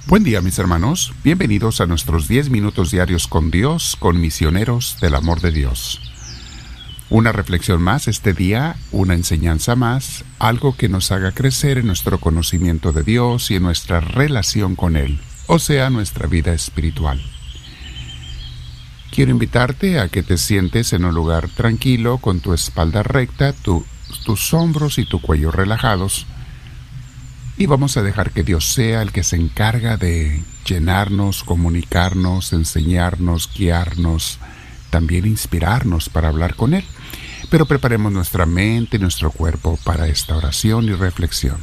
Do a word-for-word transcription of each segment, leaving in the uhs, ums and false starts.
Buen día, mis hermanos. Bienvenidos a nuestros diez minutos diarios con Dios, con misioneros del amor de Dios. Una reflexión más este día, una enseñanza más, algo que nos haga crecer en nuestro conocimiento de Dios y en nuestra relación con Él, o sea, nuestra vida espiritual. Quiero invitarte a que te sientes en un lugar tranquilo, con tu espalda recta, tu, tus hombros y tu cuello relajados, y vamos a dejar que Dios sea el que se encarga de llenarnos, comunicarnos, enseñarnos, guiarnos, también inspirarnos para hablar con Él. Pero preparemos nuestra mente y nuestro cuerpo para esta oración y reflexión.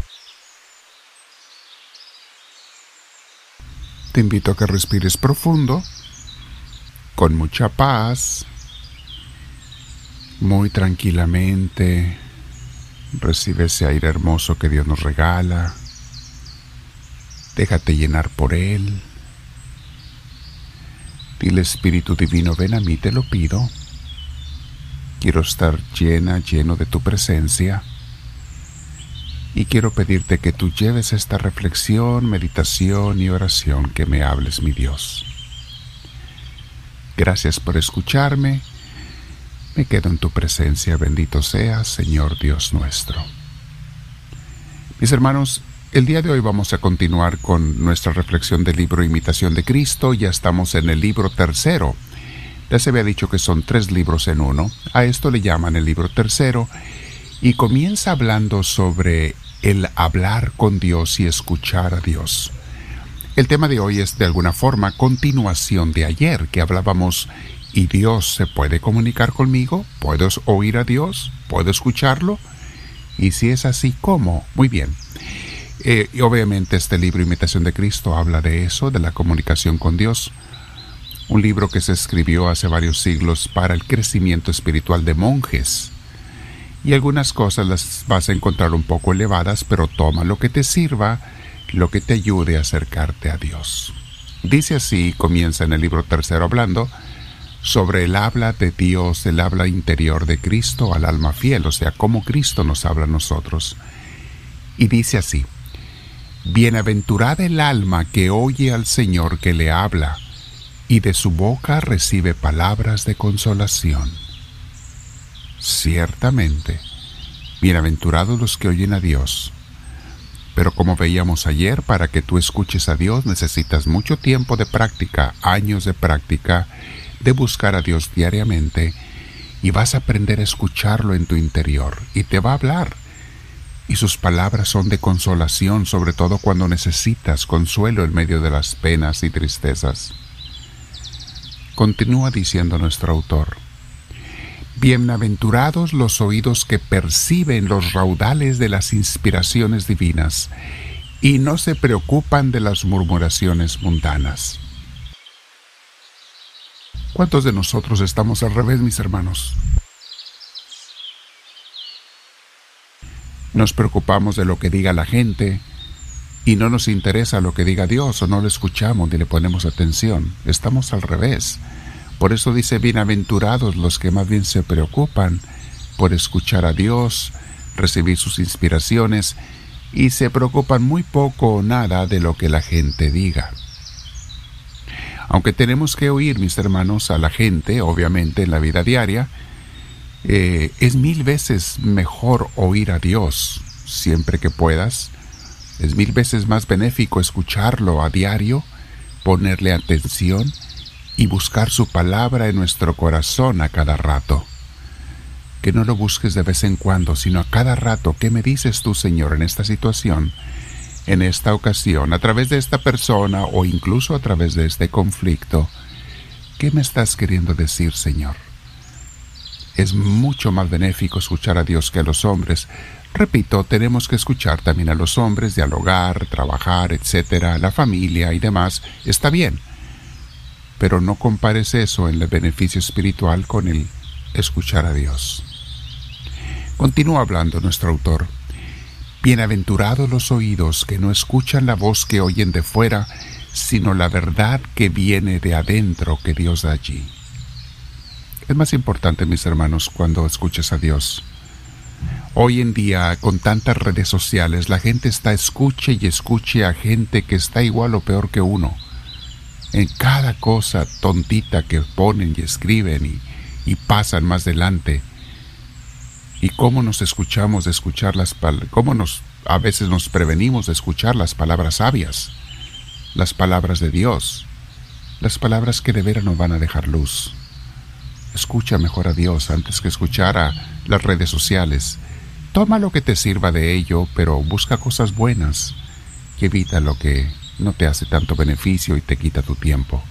Te invito a que respires profundo, con mucha paz, muy tranquilamente. Recibe ese aire hermoso que Dios nos regala. Déjate llenar por Él. Dile, Espíritu Divino, ven a mí, te lo pido. Quiero estar llena, lleno de tu presencia. Y quiero pedirte que tú lleves esta reflexión, meditación y oración, que me hables, mi Dios. Gracias por escucharme. Me quedo en tu presencia, bendito seas, Señor Dios nuestro. Mis hermanos, el día de hoy vamos a continuar con nuestra reflexión del libro Imitación de Cristo. Ya estamos en el libro tercero. Ya se había dicho que son tres libros en uno. A esto le llaman el libro tercero. Y comienza hablando sobre el hablar con Dios y escuchar a Dios. El tema de hoy es de alguna forma continuación de ayer, que hablábamos. ¿Y Dios se puede comunicar conmigo? ¿Puedo oír a Dios? ¿Puedo escucharlo? Y si es así, ¿cómo? Muy bien. Eh, y obviamente este libro, Imitación de Cristo, habla de eso, de la comunicación con Dios. Un libro que se escribió hace varios siglos para el crecimiento espiritual de monjes. Y algunas cosas las vas a encontrar un poco elevadas, pero toma lo que te sirva, lo que te ayude a acercarte a Dios. Dice así, comienza en el libro tercero hablando sobre el habla de Dios, el habla interior de Cristo al alma fiel, o sea, cómo Cristo nos habla a nosotros. Y dice así: bienaventurada el alma que oye al Señor que le habla, y de su boca recibe palabras de consolación. Ciertamente, bienaventurados los que oyen a Dios. Pero como veíamos ayer, para que tú escuches a Dios necesitas mucho tiempo de práctica, años de práctica, de buscar a Dios diariamente, y vas a aprender a escucharlo en tu interior, y te va a hablar. Y sus palabras son de consolación, sobre todo cuando necesitas consuelo en medio de las penas y tristezas. Continúa diciendo nuestro autor: bienaventurados los oídos que perciben los raudales de las inspiraciones divinas, y no se preocupan de las murmuraciones mundanas. ¿Cuántos de nosotros estamos al revés, mis hermanos? Nos preocupamos de lo que diga la gente y no nos interesa lo que diga Dios, o no lo escuchamos ni le ponemos atención. Estamos al revés. Por eso dice, bienaventurados los que más bien se preocupan por escuchar a Dios, recibir sus inspiraciones, y se preocupan muy poco o nada de lo que la gente diga. Aunque tenemos que oír, mis hermanos, a la gente, obviamente, en la vida diaria, eh, es mil veces mejor oír a Dios siempre que puedas. Es mil veces más benéfico escucharlo a diario, ponerle atención y buscar su palabra en nuestro corazón a cada rato. Que no lo busques de vez en cuando, sino a cada rato. ¿Qué me dices tú, Señor, en esta situación? En esta ocasión, a través de esta persona o incluso a través de este conflicto, ¿qué me estás queriendo decir, Señor? Es mucho más benéfico escuchar a Dios que a los hombres. Repito, tenemos que escuchar también a los hombres, dialogar, trabajar, etcétera, la familia y demás. Está bien, pero no compares eso en el beneficio espiritual con el escuchar a Dios. Continúa hablando nuestro autor. Bienaventurados los oídos que no escuchan la voz que oyen de fuera, sino la verdad que viene de adentro que Dios da allí. Es más importante, mis hermanos, cuando escuches a Dios. Hoy en día, con tantas redes sociales, la gente está escuche y escuche a gente que está igual o peor que uno. En cada cosa tontita que ponen y escriben y, y pasan más adelante. Y cómo nos escuchamos de escuchar las palabras, cómo nos, a veces nos prevenimos de escuchar las palabras sabias, las palabras de Dios, las palabras que de veras nos van a dejar luz. Escucha mejor a Dios antes que escuchar a las redes sociales. Toma lo que te sirva de ello, pero busca cosas buenas y evita lo que no te hace tanto beneficio y te quita tu tiempo.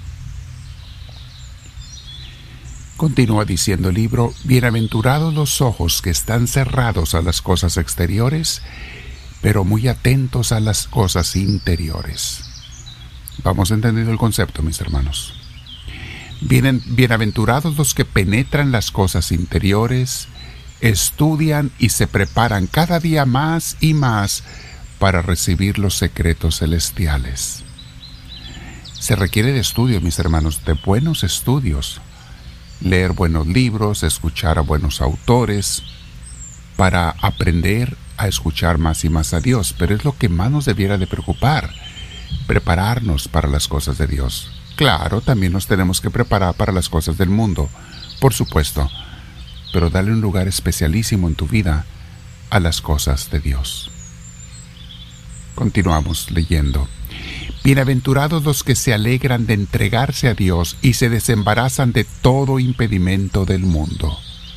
Continúa diciendo el libro: bienaventurados los ojos que están cerrados a las cosas exteriores, pero muy atentos a las cosas interiores. Vamos entendiendo el concepto, mis hermanos. Bien, bienaventurados los que penetran las cosas interiores, estudian y se preparan cada día más y más para recibir los secretos celestiales. Se requiere de estudio, mis hermanos, de buenos estudios. Leer buenos libros, escuchar a buenos autores, para aprender a escuchar más y más a Dios. Pero es lo que más nos debiera de preocupar, prepararnos para las cosas de Dios. Claro, también nos tenemos que preparar para las cosas del mundo, por supuesto, pero dale un lugar especialísimo en tu vida a las cosas de Dios. Continuamos leyendo. Bienaventurados los que se alegran de entregarse a Dios y se desembarazan de todo impedimento del mundo.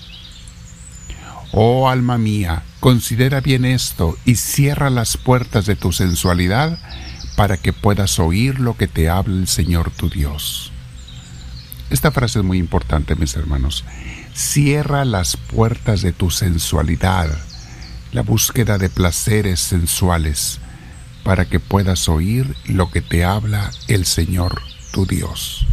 Oh alma mía, considera bien esto y cierra las puertas de tu sensualidad para que puedas oír lo que te habla el Señor tu Dios. Esta frase es muy importante, mis hermanos. Cierra las puertas de tu sensualidad, la búsqueda de placeres sensuales, para que puedas oír lo que te habla el Señor tu Dios.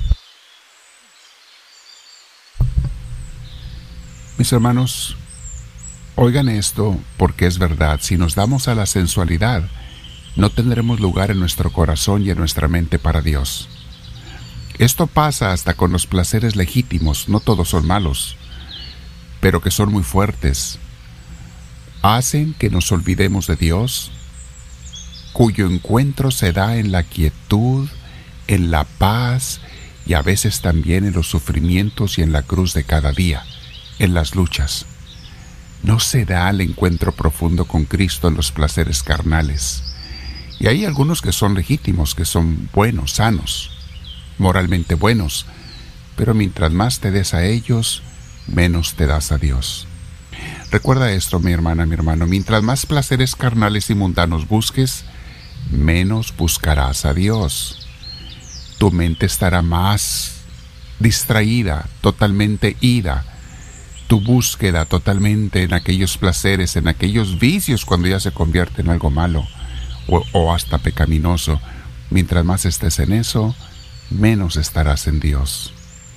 Mis hermanos, oigan esto porque es verdad. Si nos damos a la sensualidad, no tendremos lugar en nuestro corazón y en nuestra mente para Dios. Esto pasa hasta con los placeres legítimos, no todos son malos, pero que son muy fuertes. Hacen que nos olvidemos de Dios, cuyo encuentro se da en la quietud, en la paz y a veces también en los sufrimientos y en la cruz de cada día, en las luchas. No se da el encuentro profundo con Cristo en los placeres carnales. Y hay algunos que son legítimos, que son buenos, sanos, moralmente buenos, pero mientras más te des a ellos, menos te das a Dios. Recuerda esto, mi hermana, mi hermano, mientras más placeres carnales y mundanos busques, menos buscarás a Dios. Tu mente estará más distraída, totalmente ida, tu búsqueda totalmente en aquellos placeres, en aquellos vicios cuando ya se convierte en algo malo o, o hasta pecaminoso. Mientras más estés en eso, menos estarás en Dios.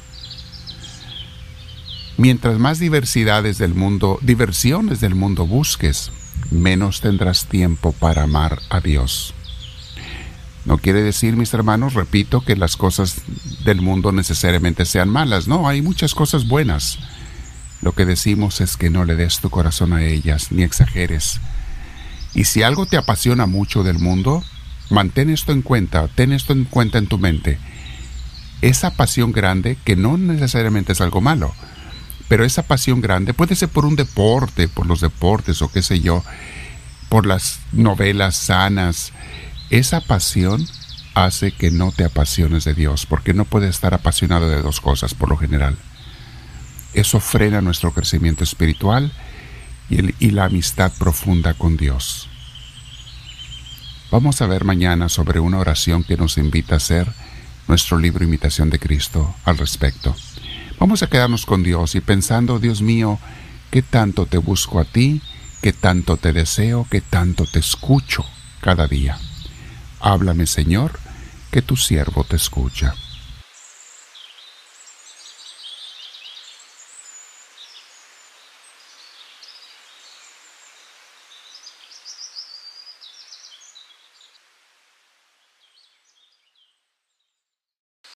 Mientras más diversidades del mundo, diversiones del mundo busques, menos tendrás tiempo para amar a Dios. No quiere decir, mis hermanos, repito, que las cosas del mundo necesariamente sean malas. No, hay muchas cosas buenas. Lo que decimos es que no le des tu corazón a ellas, ni exageres. Y si algo te apasiona mucho del mundo, mantén esto en cuenta, ten esto en cuenta en tu mente. Esa pasión grande, que no necesariamente es algo malo, pero esa pasión grande puede ser por un deporte, por los deportes o qué sé yo, por las novelas sanas. Esa pasión hace que no te apasiones de Dios, porque no puedes estar apasionado de dos cosas por lo general. Eso frena nuestro crecimiento espiritual y, el, y la amistad profunda con Dios. Vamos a ver mañana sobre una oración que nos invita a hacer nuestro libro Imitación de Cristo al respecto. Vamos a quedarnos con Dios y pensando, Dios mío, qué tanto te busco a ti, qué tanto te deseo, qué tanto te escucho cada día. Háblame, Señor, que tu siervo te escucha.